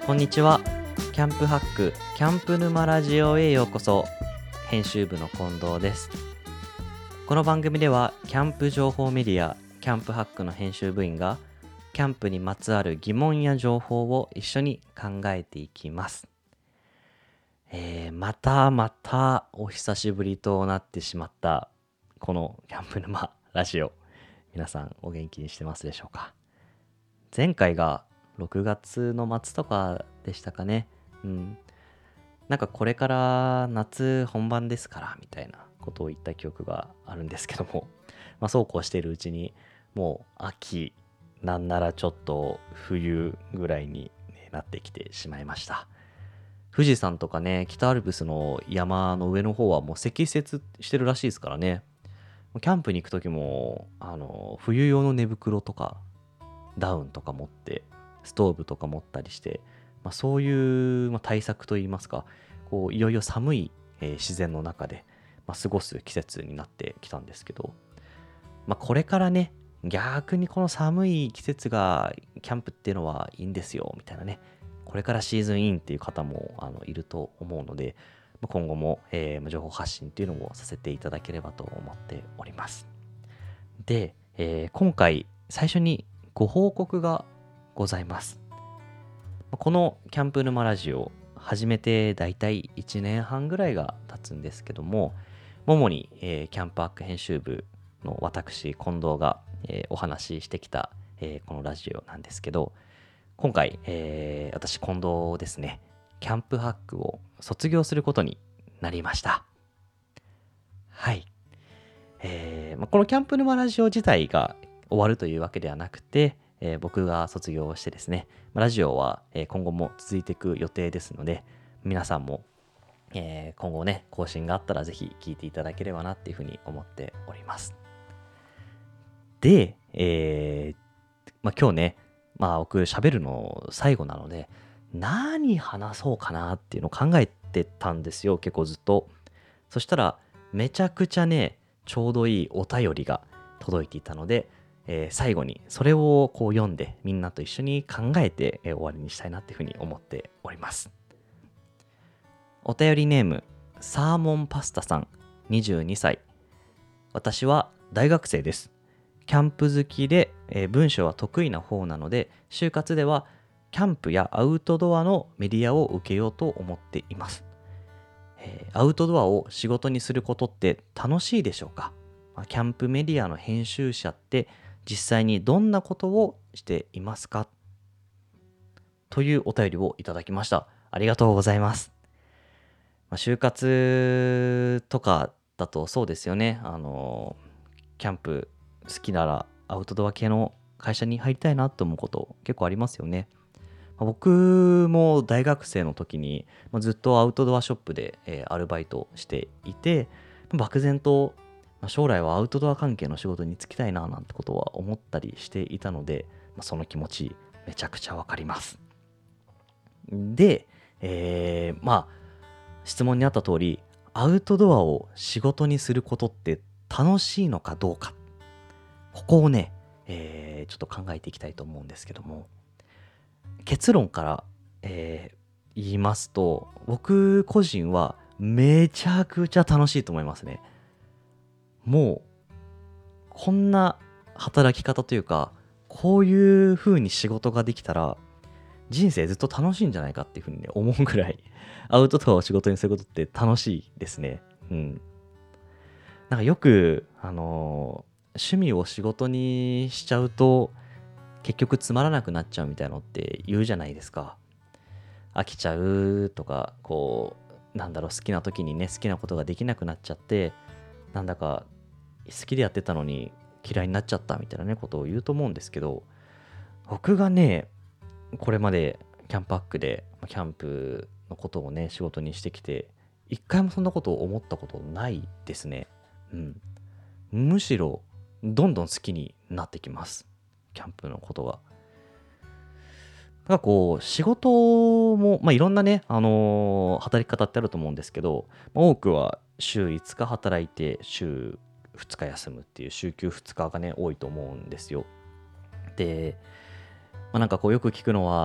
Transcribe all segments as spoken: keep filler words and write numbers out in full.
こんにちは。キャンプハックキャンプ沼ラジオへようこそ。編集部の近藤です。この番組ではキャンプ情報メディアキャンプハックの編集部員がキャンプにまつわる疑問や情報を一緒に考えていきます。えー、またまたお久しぶりとなってしまったこのキャンプ沼ラジオ、皆さんお元気にしてますでしょうか。前回がろくがつの末とかでしたかね。うん。なんかこれから夏本番ですからみたいなことを言った記憶があるんですけども、まあそうこうしているうちにもう秋、なんならちょっと冬ぐらいになってきてしまいました。富士山とかね、北アルプスの山の上の方はもう積雪してるらしいですからね。キャンプに行く時もあの冬用の寝袋とかダウンとか持ってストーブとか持ったりして、まあ、そういう、まあ、対策といいますか、こういよいよ寒い、えー自然の中で、まあ、過ごす季節になってきたんですけど、まあ、これからね、逆にこの寒い季節がキャンプっていうのはいいんですよみたいなね、これからシーズンインっていう方もあのいると思うので、まあ、今後も、えー情報発信っていうのをさせていただければと思っております。で、えー今回最初にご報告がございます。このキャンプ沼ラジオ始めてだいたいいちねんはんぐらいが経つんですけども、主に、えーキャンプアック編集部の私近藤が、えーお話ししてきた、えーこのラジオなんですけど、今回、えー私近藤ですね、キャンプハックを卒業することになりました。はい。えーまあ、このキャンプ沼ラジオ自体が終わるというわけではなくて、えー僕が卒業してですね、まあラジオはえー今後も続いていく予定ですので、皆さんも、えー今後ね、更新があったらぜひ聞いていただければなっていうふうに思っております。で、えーまあ、今日ね、まあ僕喋るの最後なので、何話そうかなっていうのを考えてたんですよ、結構ずっと。そしたら、めちゃくちゃね、ちょうどいいお便りが届いていたので、えー最後にそれをこう読んで、みんなと一緒に考えて、えー終わりにしたいなっていうふうに思っております。お便りネーム、サーモンパスタさん、にじゅうにさい。私は大学生です。キャンプ好きで、えー文章は得意な方なので、就活ではキャンプやアウトドアのメディアを受けようと思っています。えーアウトドアを仕事にすることって楽しいでしょうか？まあキャンプメディアの編集者って実際にどんなことをしていますか？というお便りをいただきました。ありがとうございます。まあ、就活とかだとそうですよね。あの、キャンプ好きならアウトドア系の会社に入りたいなと思うこと結構ありますよね。まあ僕も大学生の時に、まあずっとアウトドアショップで、えーアルバイトしていて、まあ漠然と、まあ将来はアウトドア関係の仕事に就きたいななんてことは思ったりしていたので、まあその気持ちめちゃくちゃわかります。で、えーまあ質問にあった通り、アウトドアを仕事にすることって楽しいのかどうか、ここをね、えーちょっと考えていきたいと思うんですけども、結論から、えー言いますと、僕個人はめちゃくちゃ楽しいと思いますね。もう、こんな働き方というか、こういう風に仕事ができたら、人生ずっと楽しいんじゃないかっていう風にね、思うぐらい、アウトドアを仕事にすることって楽しいですね。うん。なんかよく、あのー趣味を仕事にしちゃうと、結局つまらなくなっちゃうみたいなのって言うじゃないですか。飽きちゃうとか、こう、なんだろう、好きな時にね、好きなことができなくなっちゃって、なんだか好きでやってたのに嫌いになっちゃったみたいなね、ことを言うと思うんですけど、僕がね、これまでキャンプバックで、キャンプのことをね、仕事にしてきて、一回もそんなことを思ったことないですね。うん。むしろ、どんどん好きになってきます。キャンプのことが。なんかこう、仕事も、まあ、いろんなね、あのー働き方ってあると思うんですけど、まあ多くは週いつか働いて、週ふつか休むっていう週休ふつかがね、多いと思うんですよ。で、まあ、なんかこうよく聞くのは、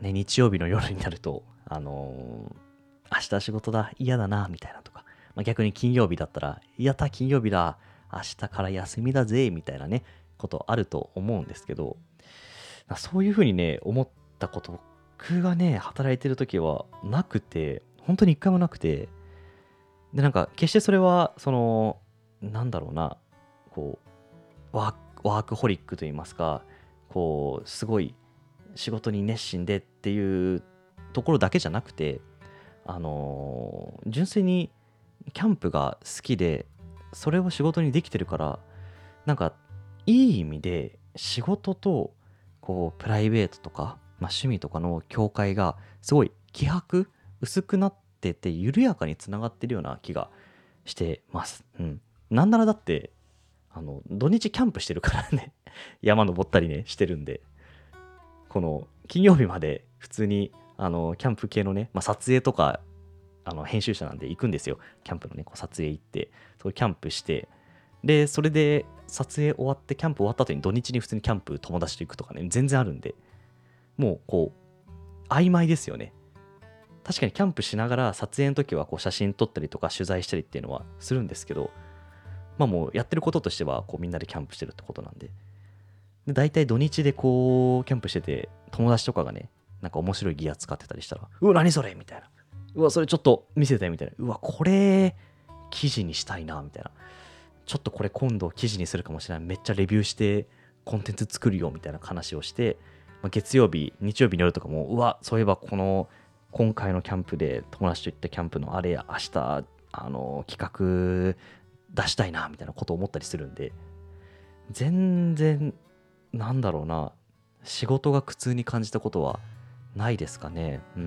ね、日曜日の夜になると、あのー、明日仕事だ、嫌だな、みたいなとか、まあ、逆に金曜日だったら、やった金曜日だ、明日から休みだぜ、みたいなね、ことあると思うんですけど、そういうふうにね、思ったこと、僕がね、働いてる時はなくて、本当に一回もなくて、で、なんか、決してそれは、その、なんだろうな、こう、ワーク、ワークホリックといいますか、こう、すごい仕事に熱心でっていうところだけじゃなくて、あのー純粋にキャンプが好きで、それを仕事にできてるから、なんか、いい意味で仕事と、こう、プライベートとか、まあ、趣味とかの境界が、すごい希薄、薄くなってて、緩やかにつながってるような気がしてます。うん。なんならだって、あの、土日キャンプしてるからね、山登ったりね、してるんで、この、金曜日まで普通に、あの、キャンプ系のね、まあ、撮影とか、あの、編集者なんで行くんですよ。キャンプのね、こう撮影行って、そこキャンプして、で、それで撮影終わって、キャンプ終わった後に土日に普通にキャンプ友達と行くとかね、全然あるんで、もうこう、曖昧ですよね。確かにキャンプしながら撮影の時はこう写真撮ったりとか取材したりっていうのはするんですけど、まあもうやってることとしてはこうみんなでキャンプしてるってことなんで、で大体土日でこうキャンプしてて友達とかがね、なんか面白いギア使ってたりしたら、うわ何それみたいな、うわそれちょっと見せてみたいな、うわこれ記事にしたいなみたいな、ちょっとこれ今度記事にするかもしれない、めっちゃレビューしてコンテンツ作るよみたいな話をして、まあ、月曜日日曜日の夜とかも、うわそういえばこの今回のキャンプで友達と行ったキャンプのあれ明日あの企画出したいなみたいなことを思ったりするんで、全然なんだろうな、仕事が苦痛に感じたことはないですかね。うん。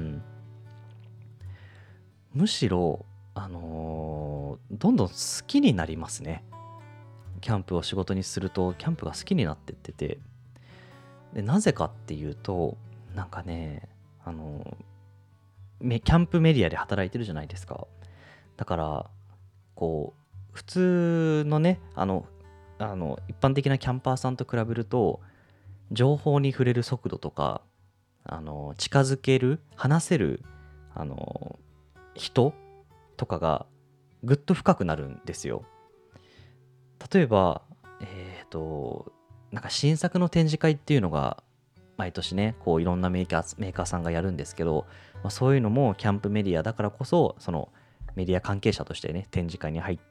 むしろあのーどんどん好きになりますね。キャンプを仕事にするとキャンプが好きになってってて、でなぜかっていうと、なんかね、あのキャンプメディアで働いてるじゃないですか。だからこう普通のね、あのあの一般的なキャンパーさんと比べると情報に触れる速度とか、あの近づける話せるあの人とかがぐっと深くなるんですよ。例えばえっ、となんか新作の展示会っていうのが毎年ね、こういろんなメーカーメーカーさんがやるんですけど、まあ、そういうのもキャンプメディアだからこそ、そのメディア関係者としてね、展示会に入って、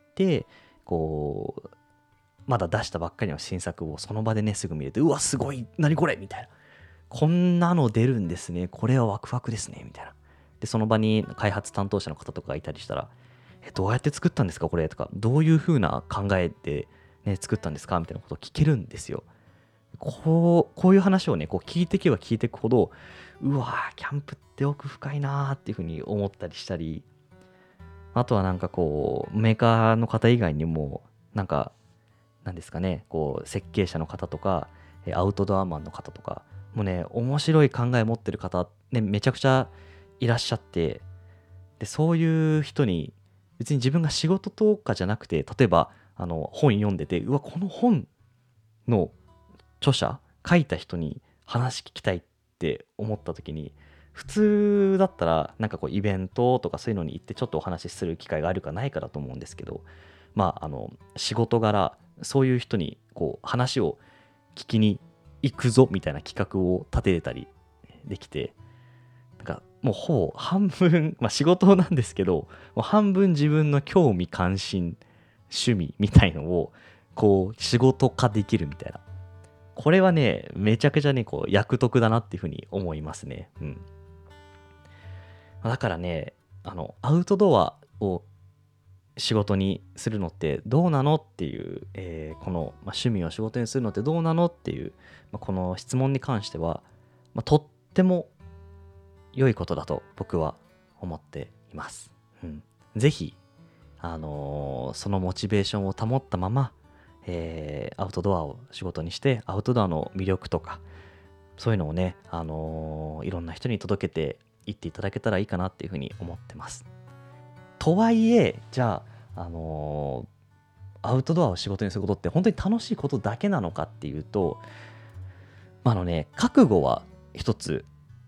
こう、まだ出したばっかりの新作をその場でね、すぐ見れて、うわ、すごい、何これみたいな。こんなの出るんですね。これはワクワクですね。みたいな。で、その場に開発担当者の方とかがいたりしたら、え、どうやって作ったんですかこれとか、どういう風な考えで、ね、作ったんですかみたいなことを聞けるんですよ。こう、こういう話をね、こう聞いていけば聞いていくほど、うわー、キャンプって奥深いなーっていうふうに思ったりしたり、あとはなんかこう、メーカーの方以外にも、なんか、なんですかね、こう、設計者の方とか、えアウトドアマンの方とか、もうね、面白い考え持ってる方、ね、めちゃくちゃいらっしゃって、で、そういう人に、別に自分が仕事とかじゃなくて、例えば、あの、本読んでて、うわ、この本の著者書いた人に話聞きたいって思った時に、普通だったらなんかこうイベントとかそういうのに行ってちょっとお話しする機会があるかないかだと思うんですけど、まああの仕事柄そういう人にこう話を聞きに行くぞみたいな企画を立てれたりできて、なんかもうほぼ半分、まあ仕事なんですけど、もう半分自分の興味関心趣味みたいのをこう仕事化できるみたいな、これはね、めちゃくちゃね、こう、役得だなっていうふうに思いますね。うん。だからね、あの、アウトドアを仕事にするのってどうなのっていう、えーこの、まあ、趣味を仕事にするのってどうなのっていう、まあ、この質問に関しては、まあ、とっても良いことだと僕は思っています。うん。ぜひ、あのーそのモチベーションを保ったまま、えーアウトドアを仕事にして、アウトドアの魅力とか、そういうのをね、あのーいろんな人に届けていっていただけたらいいかなっていうふうに思ってます。とはいえ、じゃあ、あのーアウトドアを仕事にすることって本当に楽しいことだけなのかっていうと、まあ、あのね、覚悟は一つ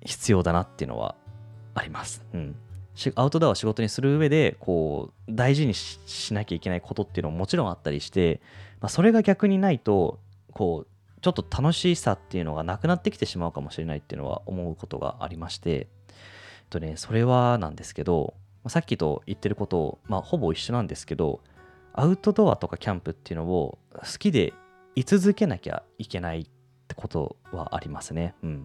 必要だなっていうのはあります。うん。アウトドアを仕事にする上でこう大事に し, しなきゃいけないことっていうのももちろんあったりして、まあ、それが逆にないとこうちょっと楽しさっていうのがなくなってきてしまうかもしれないっていうのは思うことがありまして、えっとね、それはなんですけど、さっきと言ってることを、まあ、ほぼ一緒なんですけど、アウトドアとかキャンプっていうのを好きで居続けなきゃいけないってことはありますね。うん。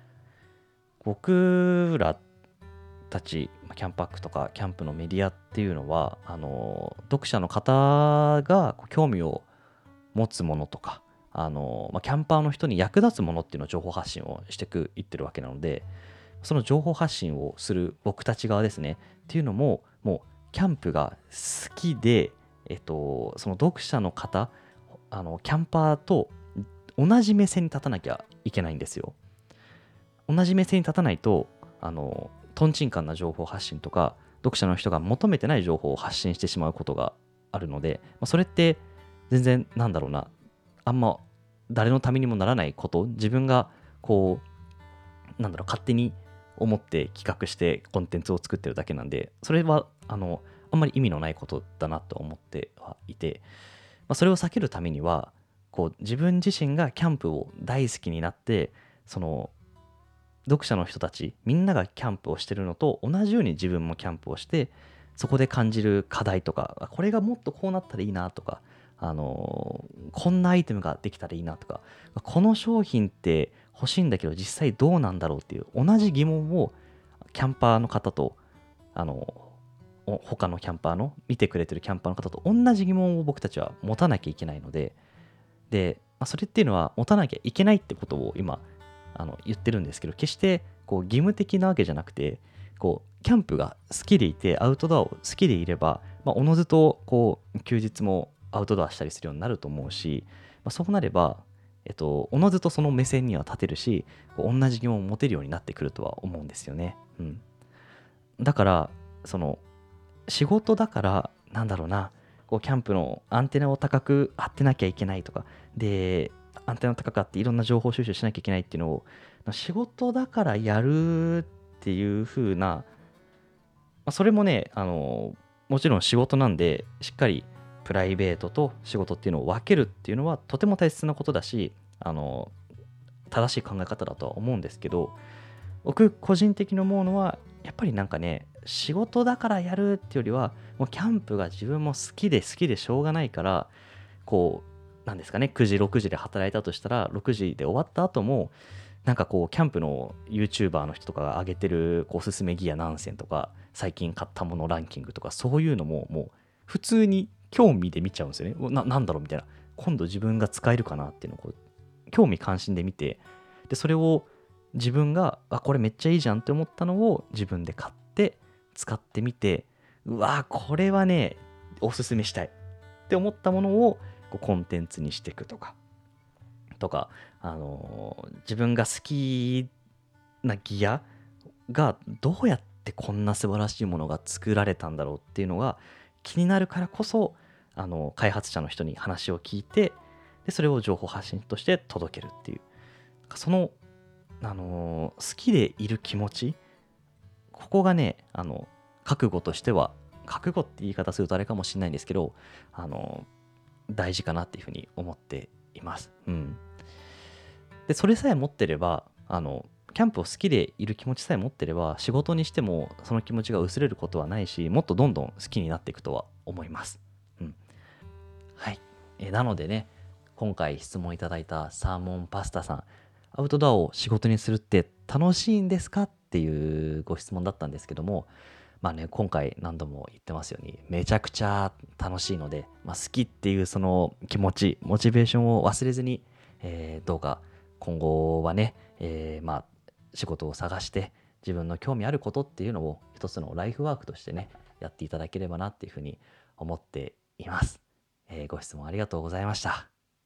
僕らたちキャンパックとかキャンプのメディアっていうのはあの読者の方が興味を持つものとかあの、まあ、キャンパーの人に役立つものっていうのを情報発信をしてくいってるわけなので、その情報発信をする僕たち側ですねっていうのももうキャンプが好きで、えっと、その読者の方あのキャンパーと同じ目線に立たなきゃいけないんですよ。同じ目線に立たないとあのトンチンカンな情報発信とか読者の人が求めてない情報を発信してしまうことがあるので、まあ、それって全然なんだろうなあんま誰のためにもならないこと、自分がこうなんだろう勝手に思って企画してコンテンツを作ってるだけなんで、それはあのあんまり意味のないことだなと思ってはいて、まあ、それを避けるためにはこう自分自身がキャンプを大好きになってその読者の人たちみんながキャンプをしてるのと同じように自分もキャンプをしてそこで感じる課題とか、これがもっとこうなったらいいなとか、あのーこんなアイテムができたらいいなとか、この商品って欲しいんだけど実際どうなんだろうっていう同じ疑問をキャンパーの方とあの他のキャンパーの見てくれてるキャンパーの方と同じ疑問を僕たちは持たなきゃいけないので、で、まあ、それっていうのは持たなきゃいけないってことを今あの言ってるんですけど、決してこう義務的なわけじゃなくて、こうキャンプが好きでいてアウトドアを好きでいれば、まあ、おのずとこう休日もアウトドアしたりするようになると思うし、まあ、そうなれば、えっと、おのずとその目線には立てるし、こう同じ疑問を持てるようになってくるとは思うんですよね。うん、だからその仕事だからなんだろうな、こうキャンプのアンテナを高く張ってなきゃいけないとかで、アンテナ高くあっていろんな情報収集しなきゃいけないっていうのを仕事だからやるっていう風な、まあ、それもねあのもちろん仕事なんでしっかりプライベートと仕事っていうのを分けるっていうのはとても大切なことだし、あの正しい考え方だとは思うんですけど、僕個人的に思うのはやっぱりなんかね、仕事だからやるっていうよりはもうキャンプが自分も好きで好きでしょうがないから、こうなんですかね、くじろくじで働いたとしたらろくじで終わった後もなんかこうキャンプの YouTuber の人とかが上げてるこうおすすめギア何選とか最近買ったものランキングとかそういうのももう普通に興味で見ちゃうんですよね。な、なんだろうみたいな、今度自分が使えるかなっていうのをこう興味関心で見て、でそれを自分があこれめっちゃいいじゃんって思ったのを自分で買って使ってみて、うわこれはねおすすめしたいって思ったものをこうコンテンツにしていくとかとか、あのー自分が好きなギアがどうやってこんな素晴らしいものが作られたんだろうっていうのが気になるからこそ、あの開発者の人に話を聞いて、でそれを情報発信として届けるっていう、その、あのー好きでいる気持ち、ここがね、あの覚悟としては、覚悟って言い方するとあれかもしれないんですけど、あの大事かなっていうふうに思っています。うん。でそれさえ持ってれば、あのキャンプを好きでいる気持ちさえ持ってれば、仕事にしてもその気持ちが薄れることはないし、もっとどんどん好きになっていくとは思います。うん。はい。えなのでね、今回質問いただいたサーモンパスタさん、アウトドアを仕事にするって楽しいんですかっていうご質問だったんですけども、まあね、今回何度も言ってますように、めちゃくちゃ楽しいので、まあ、好きっていうその気持ち、モチベーションを忘れずに、えーどうか今後はね、えーまあ仕事を探して自分の興味あることっていうのを一つのライフワークとしてね、やっていただければなっていうふうに思っています。えーご質問ありがとうございました。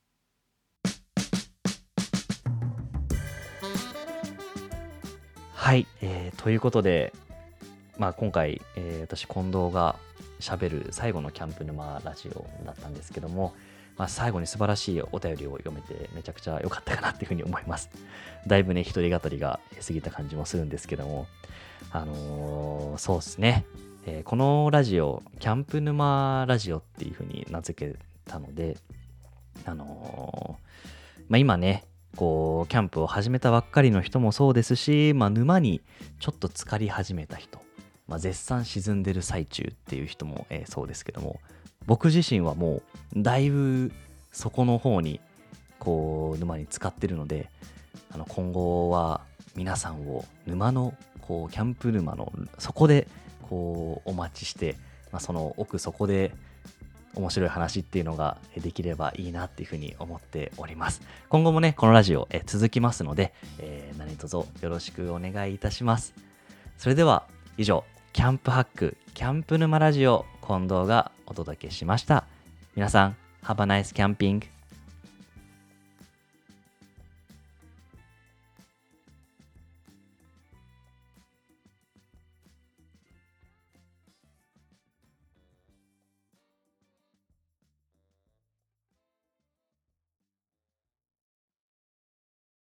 はい、えーということで、まあ、今回、えー私近藤がしゃべる最後のキャンプ沼ラジオだったんですけども、 まあ、最後に素晴らしいお便りを読めてめちゃくちゃ良かったかなっていうふうに思います。だいぶね一人語りが過ぎた感じもするんですけども、あのー、そうですね、えー、このラジオキャンプ沼ラジオっていうふうに名付けたので、あのーまあ、今ねこうキャンプを始めたばっかりの人もそうですし、まあ、沼にちょっと浸かり始めた人、まあ、絶賛沈んでる最中っていう人も、えー、そうですけども、僕自身はもうだいぶ底の方にこう沼に浸かってるので、あの今後は皆さんを沼のこうキャンプ沼の底でこうお待ちして、まあ、その奥底で面白い話っていうのができればいいなっていうふうに思っております。今後もねこのラジオえ続きますので、えー、何卒よろしくお願いいたします。それでは以上、キャンプハックキャンプ沼ラジオ近藤がお届けしました。皆さん Have a nice camping!